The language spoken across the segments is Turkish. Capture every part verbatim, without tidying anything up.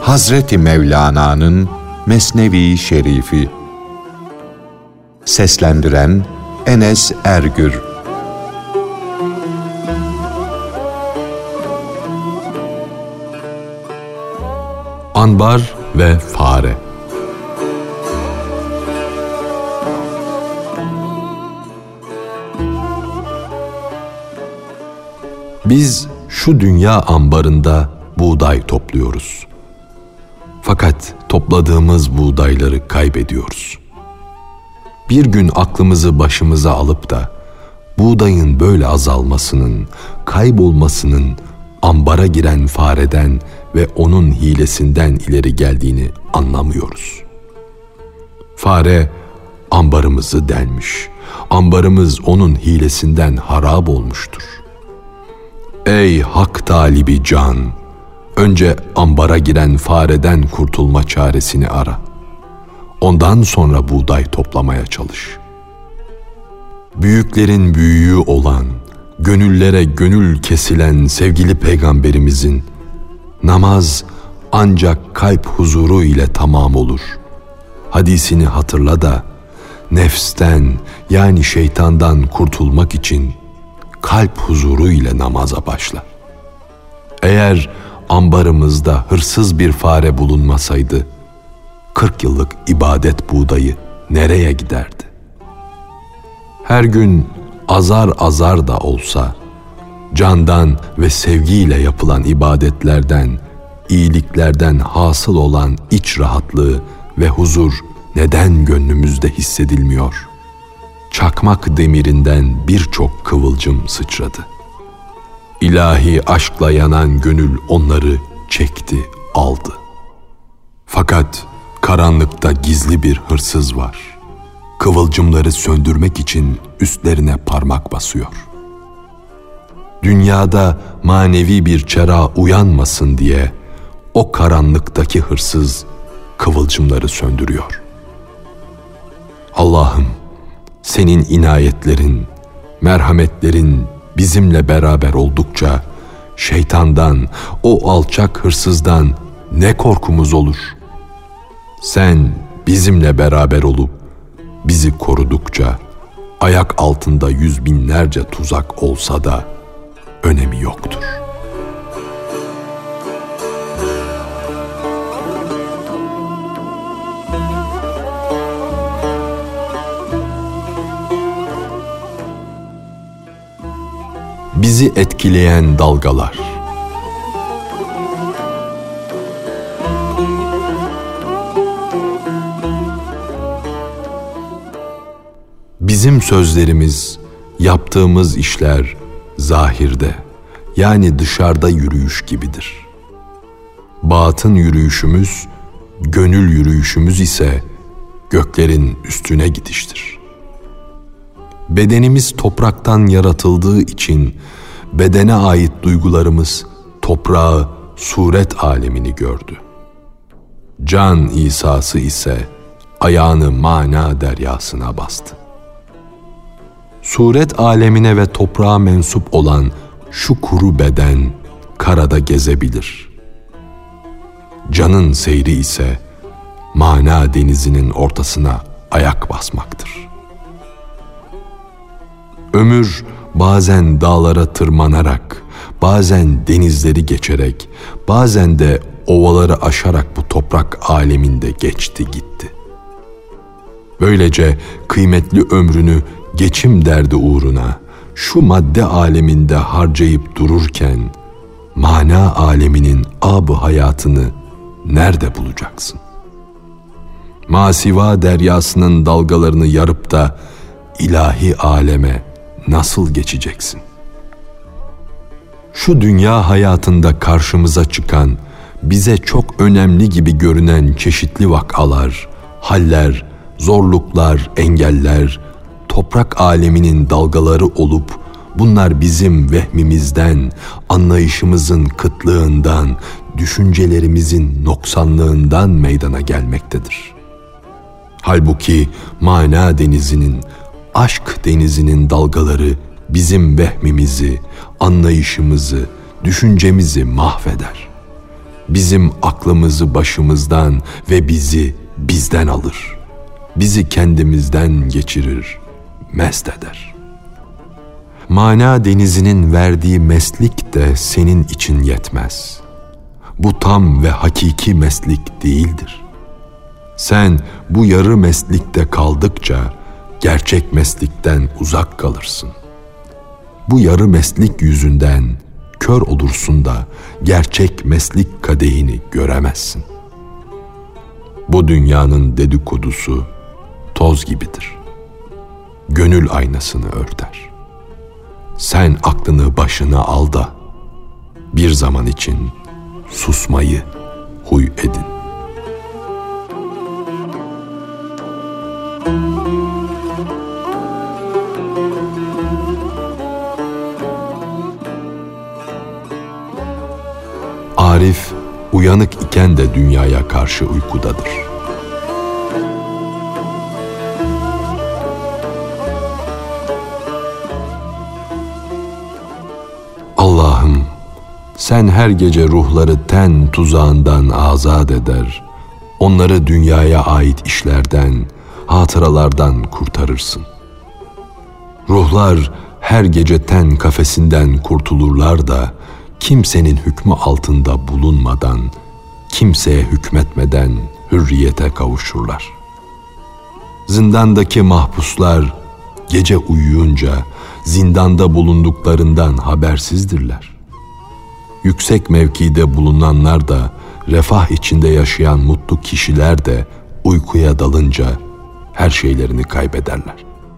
Hazreti Mevlana'nın Mesnevi Şerifi. Seslendiren Enes Ergür. Ambar ve Fare. Biz şu dünya ambarında buğday topluyoruz. Fakat topladığımız buğdayları kaybediyoruz. Bir gün aklımızı başımıza alıp da buğdayın böyle azalmasının, kaybolmasının ambara giren fareden ve onun hilesinden ileri geldiğini anlamıyoruz. Fare ambarımızı delmiş, ambarımız onun hilesinden harap olmuştur. Ey hak talibi can! Önce ambara giren fareden kurtulma çaresini ara. Ondan sonra buğday toplamaya çalış. Büyüklerin büyüğü olan, gönüllere gönül kesilen sevgili Peygamberimizin namaz ancak kalp huzuru ile tamam olur hadisini hatırla da nefsten yani şeytandan kurtulmak için kalp huzuru ile namaza başla. Eğer ambarımızda hırsız bir fare bulunmasaydı, kırk yıllık ibadet buğdayı nereye giderdi? Her gün azar azar da olsa, candan ve sevgiyle yapılan ibadetlerden, iyiliklerden hasıl olan iç rahatlığı ve huzur neden gönlümüzde hissedilmiyor? Çakmak demirinden birçok kıvılcım sıçradı. İlahi aşkla yanan gönül onları çekti, aldı. Fakat karanlıkta gizli bir hırsız var. Kıvılcımları söndürmek için üstlerine parmak basıyor. Dünyada manevi bir çera uyanmasın diye o karanlıktaki hırsız kıvılcımları söndürüyor. Allah'ım, senin inayetlerin, merhametlerin bizimle beraber oldukça şeytandan, o alçak hırsızdan ne korkumuz olur? Sen bizimle beraber olup bizi korudukça ayak altında yüz binlerce tuzak olsa da önemi yoktur. Bizi etkileyen dalgalar. Bizim sözlerimiz, yaptığımız işler zahirde, yani dışarıda yürüyüş gibidir. Batın yürüyüşümüz, gönül yürüyüşümüz ise göklerin üstüne gidiştir. Bedenimiz topraktan yaratıldığı için bedene ait duygularımız toprağı, suret alemini gördü. Can İsa'sı ise ayağını mana deryasına bastı. Suret alemine ve toprağa mensup olan şu kuru beden karada gezebilir. Canın seyri ise mana denizinin ortasına ayak basmaktır. Ömür bazen dağlara tırmanarak, bazen denizleri geçerek, bazen de ovaları aşarak bu toprak aleminde geçti gitti. Böylece kıymetli ömrünü geçim derdi uğruna şu madde aleminde harcayıp dururken mana aleminin ab-ı hayatını nerede bulacaksın? Masiva deryasının dalgalarını yarıp da ilahi aleme nasıl geçeceksin? Şu dünya hayatında karşımıza çıkan, bize çok önemli gibi görünen çeşitli vakalar, haller, zorluklar, engeller, toprak aleminin dalgaları olup bunlar bizim vehmimizden, anlayışımızın kıtlığından, düşüncelerimizin noksanlığından meydana gelmektedir. Halbuki mana denizinin, aşk denizinin dalgaları bizim vehmimizi, anlayışımızı, düşüncemizi mahveder. bizim aklımızı başımızdan ve bizi bizden alır. Bizi kendimizden geçirir, mest eder. Mana denizinin verdiği meslik de senin için yetmez. Bu tam ve hakiki meslik değildir. Sen bu yarı meslikte kaldıkça gerçek meslikten uzak kalırsın. Bu yarı meslik yüzünden kör olursun da gerçek meslik kadehini göremezsin. Bu dünyanın dedikodusu toz gibidir. Gönül aynasını örter. Sen aklını başına al da bir zaman için susmayı huy edin. Arif, uyanık iken de dünyaya karşı uykudadır. Allah'ım, sen her gece ruhları ten tuzağından azat eder, onları dünyaya ait işlerden, hatıralardan kurtarırsın. Ruhlar her gece ten kafesinden kurtulurlar da, kimsenin hükmü altında bulunmadan, kimseye hükmetmeden hürriyete kavuşurlar. Zindandaki mahpuslar gece uyuyunca zindanda bulunduklarından habersizdirler. Yüksek mevkide bulunanlar da, refah içinde yaşayan mutlu kişiler de uykuya dalınca her şeylerini kaybederler.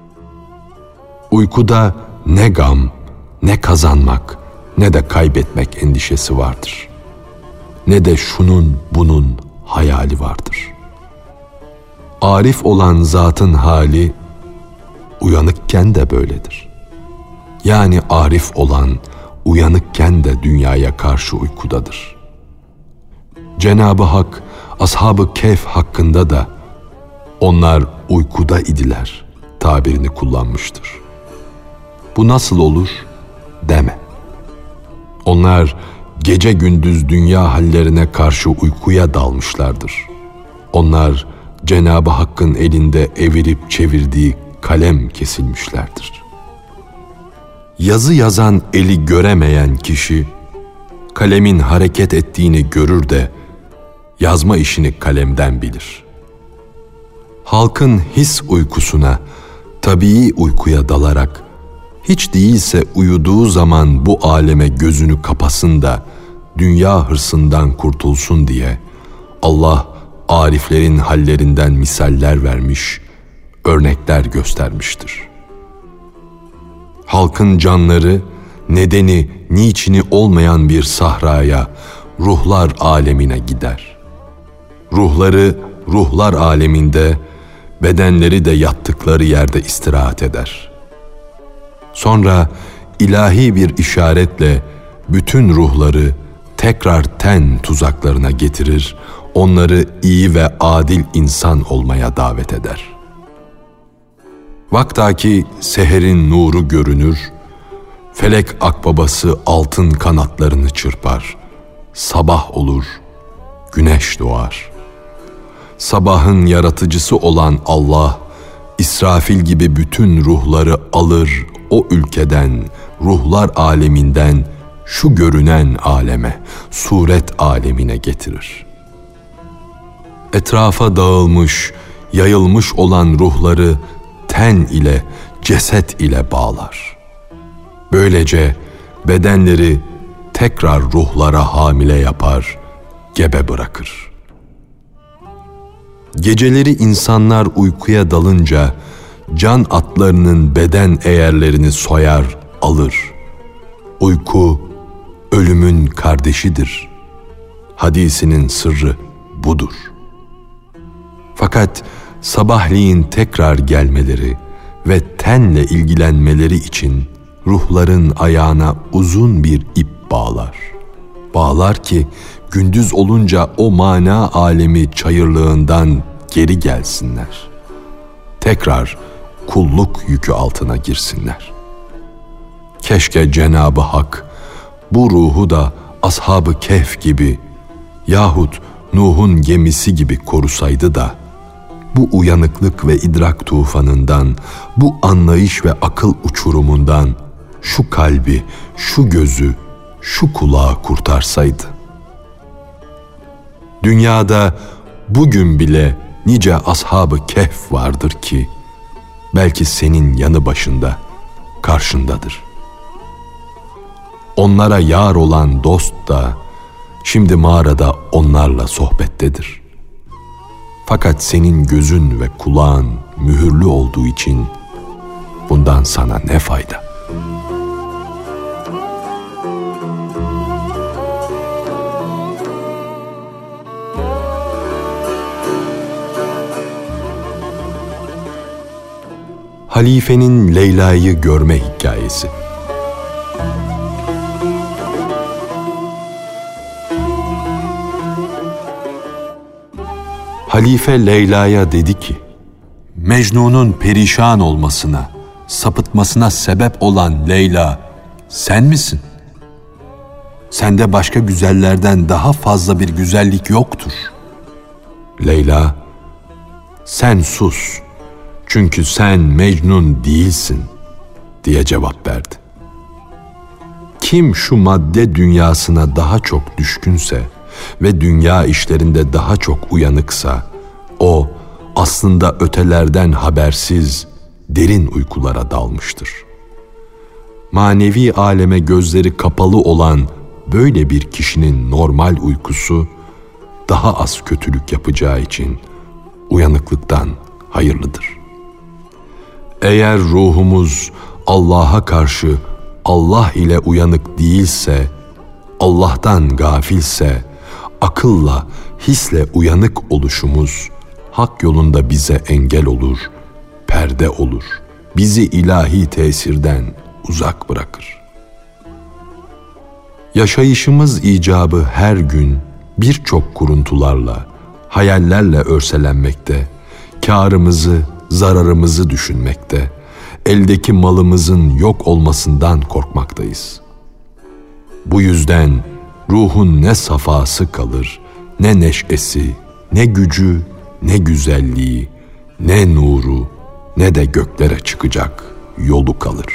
Uykuda ne gam, ne kazanmak, ne de kaybetmek endişesi vardır. Ne de şunun bunun hayali vardır. Arif olan zatın hali uyanıkken de böyledir. Yani arif olan uyanıkken de dünyaya karşı uykudadır. Cenab-ı Hak Ashab-ı Kehf hakkında da onlar uykuda idiler tabirini kullanmıştır. Bu nasıl olur deme. Onlar gece gündüz dünya hallerine karşı uykuya dalmışlardır. Onlar Cenab-ı Hakk'ın elinde evirip çevirdiği kalem kesilmişlerdir. Yazı yazan eli göremeyen kişi, kalemin hareket ettiğini görür de yazma işini kalemden bilir. Halkın his uykusuna, tabii uykuya dalarak, hiç değilse uyuduğu zaman bu aleme gözünü kapasın da dünya hırsından kurtulsun diye Allah ariflerin hallerinden misaller vermiş, örnekler göstermiştir. Halkın canları nedeni, niçini olmayan bir sahraya, ruhlar alemine gider. Ruhları ruhlar aleminde, bedenleri de yattıkları yerde istirahat eder. Sonra ilahi bir işaretle bütün ruhları tekrar ten tuzaklarına getirir, onları iyi ve adil insan olmaya davet eder. Vaktaki seherin nuru görünür, felek akbabası altın kanatlarını çırpar, sabah olur, güneş doğar. Sabahın yaratıcısı olan Allah, İsrafil gibi bütün ruhları alır, o ülkeden, ruhlar aleminden şu görünen aleme, suret alemine getirir. Etrafa dağılmış, yayılmış olan ruhları ten ile, ceset ile bağlar. Böylece bedenleri tekrar ruhlara hamile yapar, gebe bırakır. Geceleri insanlar uykuya dalınca can atlarının beden eğerlerini soyar, alır. Uyku ölümün kardeşidir. Hadisinin sırrı budur. Fakat sabahleyin tekrar gelmeleri ve tenle ilgilenmeleri için ruhların ayağına uzun bir ip bağlar. Bağlar ki gündüz olunca o mana alemi çayırlığından geri gelsinler. Tekrar kulluk yükü altına girsinler. Keşke Cenab-ı Hak bu ruhu da Ashab-ı Kehf gibi yahut Nuh'un gemisi gibi korusaydı da, bu uyanıklık ve idrak tufanından, bu anlayış ve akıl uçurumundan şu kalbi, şu gözü, şu kulağı kurtarsaydı. Dünyada bugün bile nice ashab-ı kehf vardır ki, belki senin yanı başında, karşındadır. Onlara yar olan dost da, şimdi mağarada onlarla sohbettedir. Fakat senin gözün ve kulağın mühürlü olduğu için bundan sana ne fayda? Halifenin Leyla'yı görme hikayesi. Halife Leyla'ya dedi ki, Mecnun'un perişan olmasına, sapıtmasına sebep olan Leyla sen misin? Sende başka güzellerden daha fazla bir güzellik yoktur. Leyla, sen sus, çünkü sen Mecnun değilsin diye cevap verdi. Kim şu madde dünyasına daha çok düşkünse ve dünya işlerinde daha çok uyanıksa, o aslında ötelerden habersiz derin uykulara dalmıştır. Manevi aleme gözleri kapalı olan böyle bir kişinin normal uykusu, daha az kötülük yapacağı için uyanıklıktan hayırlıdır. Eğer ruhumuz Allah'a karşı Allah ile uyanık değilse, Allah'tan gafilse, akılla, hisle uyanık oluşumuz hak yolunda bize engel olur, perde olur, bizi ilahi tesirden uzak bırakır. Yaşayışımız icabı her gün birçok kuruntularla, hayallerle örselenmekte, kârımızı, zararımızı düşünmekte, eldeki malımızın yok olmasından korkmaktayız. Bu yüzden ruhun ne safası kalır, ne neşesi, ne gücü, ne güzelliği, ne nuru, ne de göklere çıkacak yolu kalır.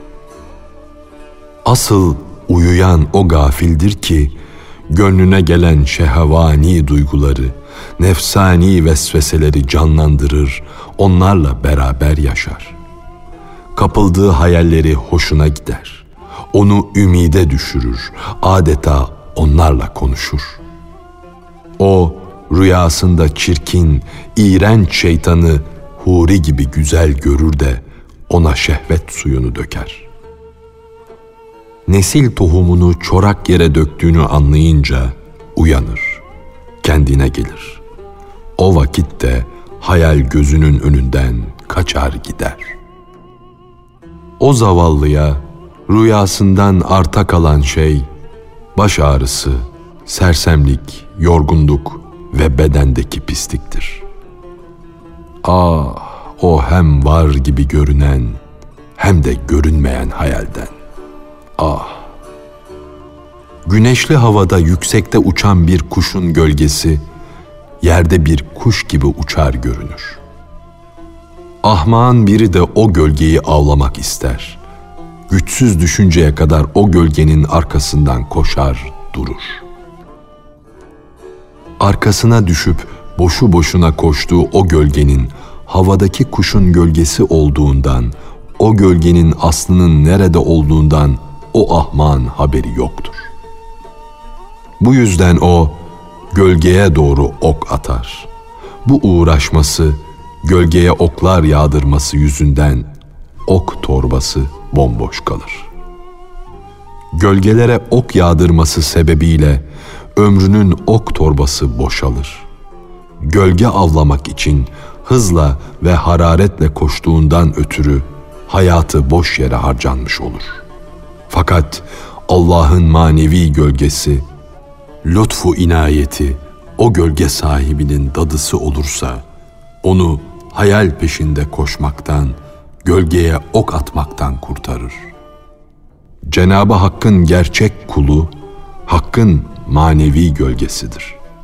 Asıl uyuyan o gafildir ki, gönlüne gelen şehvani duyguları, nefsani vesveseleri canlandırır, onlarla beraber yaşar. Kapıldığı hayalleri hoşuna gider. Onu ümide düşürür, adeta onlarla konuşur. O, rüyasında çirkin, iğrenç şeytanı huri gibi güzel görür de ona şehvet suyunu döker. Nesil tohumunu çorak yere döktüğünü anlayınca uyanır, kendine gelir. O vakitte hayal gözünün önünden kaçar gider. O zavallıya rüyasından arta kalan şey, baş ağrısı, sersemlik, yorgunluk ve bedendeki pisliktir. Ah, o hem var gibi görünen hem de görünmeyen hayalden. Ah! Güneşli havada yüksekte uçan bir kuşun gölgesi, yerde bir kuş gibi uçar görünür. Ahmağın biri de o gölgeyi avlamak ister. Güçsüz düşünceye kadar o gölgenin arkasından koşar, durur. Arkasına düşüp boşu boşuna koştuğu o gölgenin havadaki kuşun gölgesi olduğundan, o gölgenin aslının nerede olduğundan o ahmağın haberi yoktur. Bu yüzden o gölgeye doğru ok atar. Bu uğraşması, gölgeye oklar yağdırması yüzünden ok torbası bomboş kalır. Gölgelere ok yağdırması sebebiyle ömrünün ok torbası boşalır. Gölge avlamak için hızla ve hararetle koştuğundan ötürü hayatı boş yere harcanmış olur. Fakat Allah'ın manevi gölgesi, lütfu inayeti o gölge sahibinin dadısı olursa, onu hayal peşinde koşmaktan, gölgeye ok atmaktan kurtarır. Cenab-ı Hakk'ın gerçek kulu, Hakk'ın manevi gölgesidir.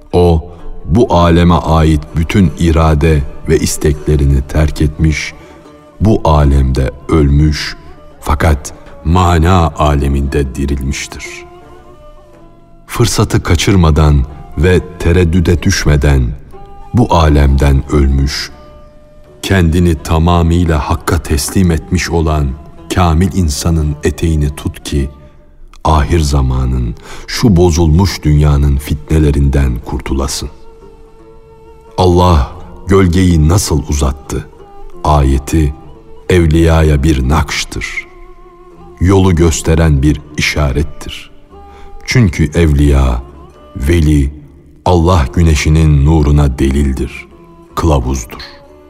O, bu aleme ait bütün irade ve isteklerini terk etmiş, bu alemde ölmüş fakat mana aleminde dirilmiştir. Fırsatı kaçırmadan ve tereddüde düşmeden bu alemden ölmüş, kendini tamamıyla Hakk'a teslim etmiş olan kamil insanın eteğini tut ki, ahir zamanın, şu bozulmuş dünyanın fitnelerinden kurtulasın. Allah gölgeyi nasıl uzattı? Ayeti evliyaya bir nakştır. Yolu gösteren bir işarettir. Çünkü evliya, veli, Allah güneşinin nuruna delildir, kılavuzdur.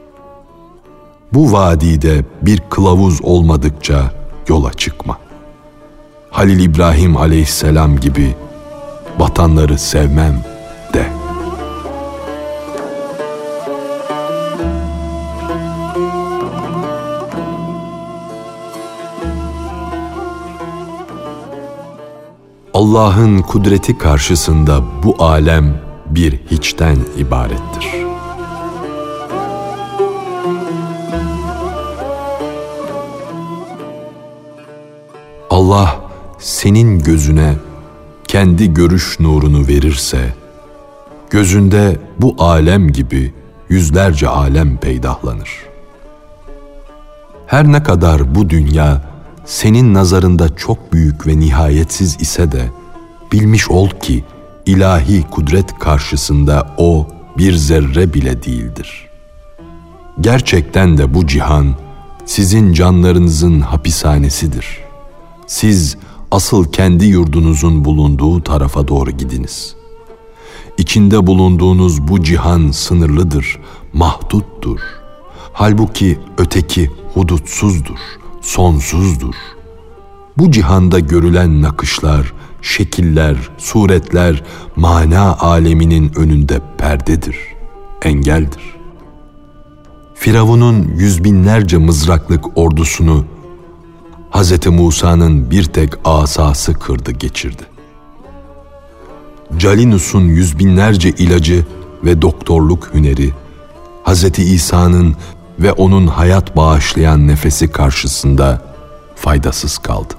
Bu vadide bir kılavuz olmadıkça yola çıkma. Halil İbrahim aleyhisselam gibi vatanları sevmem de. Allah'ın kudreti karşısında bu alem bir hiçten ibarettir. Allah senin gözüne kendi görüş nurunu verirse, gözünde bu alem gibi yüzlerce alem peydahlanır. Her ne kadar bu dünya senin nazarında çok büyük ve nihayetsiz ise de, bilmiş ol ki ilahi kudret karşısında o bir zerre bile değildir. Gerçekten de bu cihan sizin canlarınızın hapishanesidir. Siz asıl kendi yurdunuzun bulunduğu tarafa doğru gidiniz. İçinde bulunduğunuz bu cihan sınırlıdır, mahduttur. Halbuki öteki hudutsuzdur, sonsuzdur. Bu cihanda görülen nakışlar, şekiller, suretler mana aleminin önünde perdedir, engeldir. Firavun'un yüz binlerce mızraklık ordusunu Hz. Musa'nın bir tek asası kırdı geçirdi. Calinus'un yüz binlerce ilacı ve doktorluk hüneri, Hz. İsa'nın ve onun hayat bağışlayan nefesi karşısında faydasız kaldı.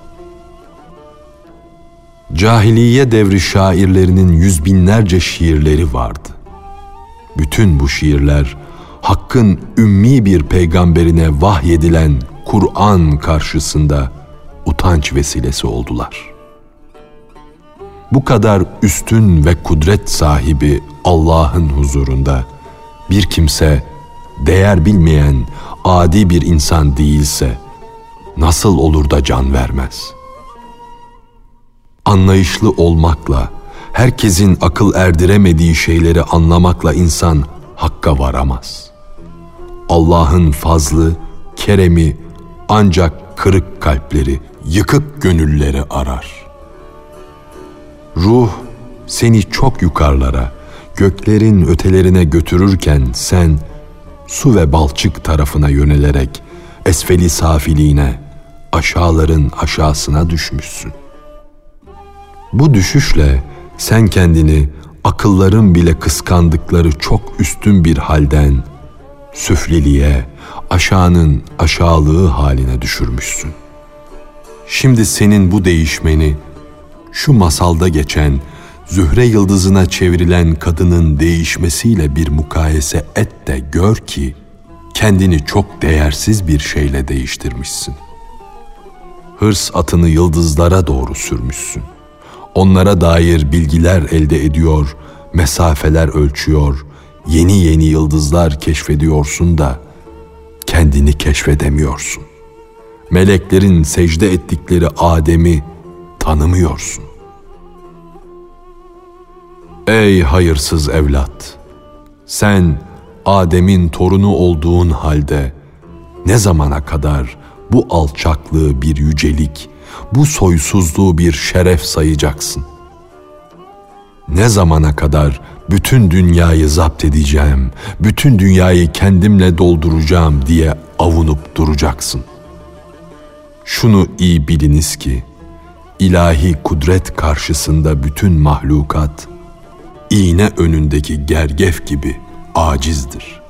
Cahiliye devri şairlerinin yüz binlerce şiirleri vardı. Bütün bu şiirler, Hakk'ın ümmi bir peygamberine vahyedilen Kur'an karşısında utanç vesilesi oldular. Bu kadar üstün ve kudret sahibi Allah'ın huzurunda bir kimse değer bilmeyen adi bir insan değilse nasıl olur da can vermez? Anlayışlı olmakla, herkesin akıl erdiremediği şeyleri anlamakla insan Hakk'a varamaz. Allah'ın fazlı, keremi ancak kırık kalpleri, yıkık gönülleri arar. Ruh seni çok yukarılara, göklerin ötelerine götürürken sen su ve balçık tarafına yönelerek esfeli safiliğine, aşağıların aşağısına düşmüşsün. Bu düşüşle sen kendini akılların bile kıskandıkları çok üstün bir halden süfliliğe, aşağının aşağılığı haline düşürmüşsün. Şimdi senin bu değişmeni şu masalda geçen Zühre yıldızına çevrilen kadının değişmesiyle bir mukayese et de gör ki kendini çok değersiz bir şeyle değiştirmişsin. Hırs atını yıldızlara doğru sürmüşsün. Onlara dair bilgiler elde ediyor, mesafeler ölçüyor, yeni yeni yıldızlar keşfediyorsun da kendini keşfedemiyorsun. Meleklerin secde ettikleri Adem'i tanımıyorsun. Ey hayırsız evlat! Sen Adem'in torunu olduğun halde ne zamana kadar bu alçaklığı bir yücelik, bu soysuzluğu bir şeref sayacaksın? Ne zamana kadar bütün dünyayı zapt edeceğim, bütün dünyayı kendimle dolduracağım diye avunup duracaksın? Şunu iyi biliniz ki, ilahi kudret karşısında bütün mahlukat iğne önündeki gergef gibi acizdir.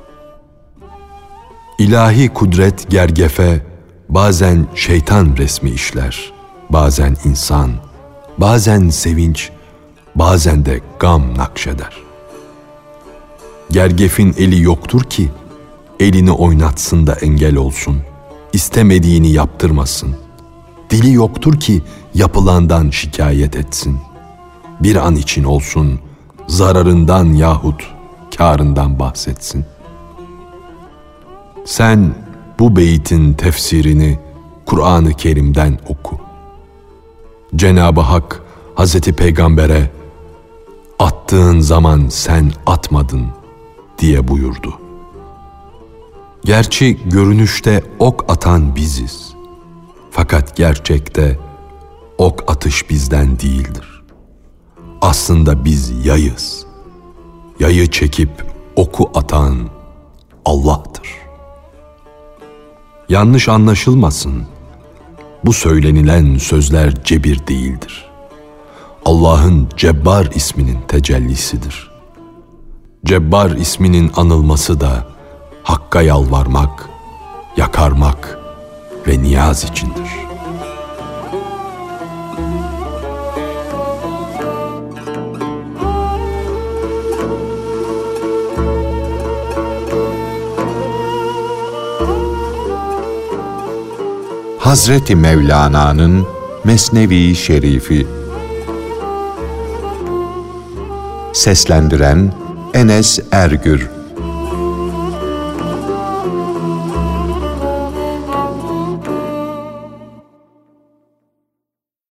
İlahi kudret gergefe bazen şeytan resmi işler, bazen insan, bazen sevinç, bazen de gam nakşeder. Gergefin eli yoktur ki elini oynatsın da engel olsun, istemediğini yaptırmasın. Dili yoktur ki yapılandan şikayet etsin. Bir an için olsun zararından yahut kârından bahsetsin. Sen bu beytin tefsirini Kur'an-ı Kerim'den oku. Cenab-ı Hak Hazreti Peygamber'e attığın zaman sen atmadın diye buyurdu. Gerçi görünüşte ok atan biziz. Fakat gerçekte ok atış bizden değildir. Aslında biz yayız. Yayı çekip oku atan Allah'tır. Yanlış anlaşılmasın. Bu söylenilen sözler cebir değildir. Allah'ın Cebbar isminin tecellisidir. Cebbar isminin anılması da Hakk'a yalvarmak, yakarmak ve niyaz içindir. Hazreti Mevlana'nın Mesnevi Şerifi. Seslendiren Enes Ergür.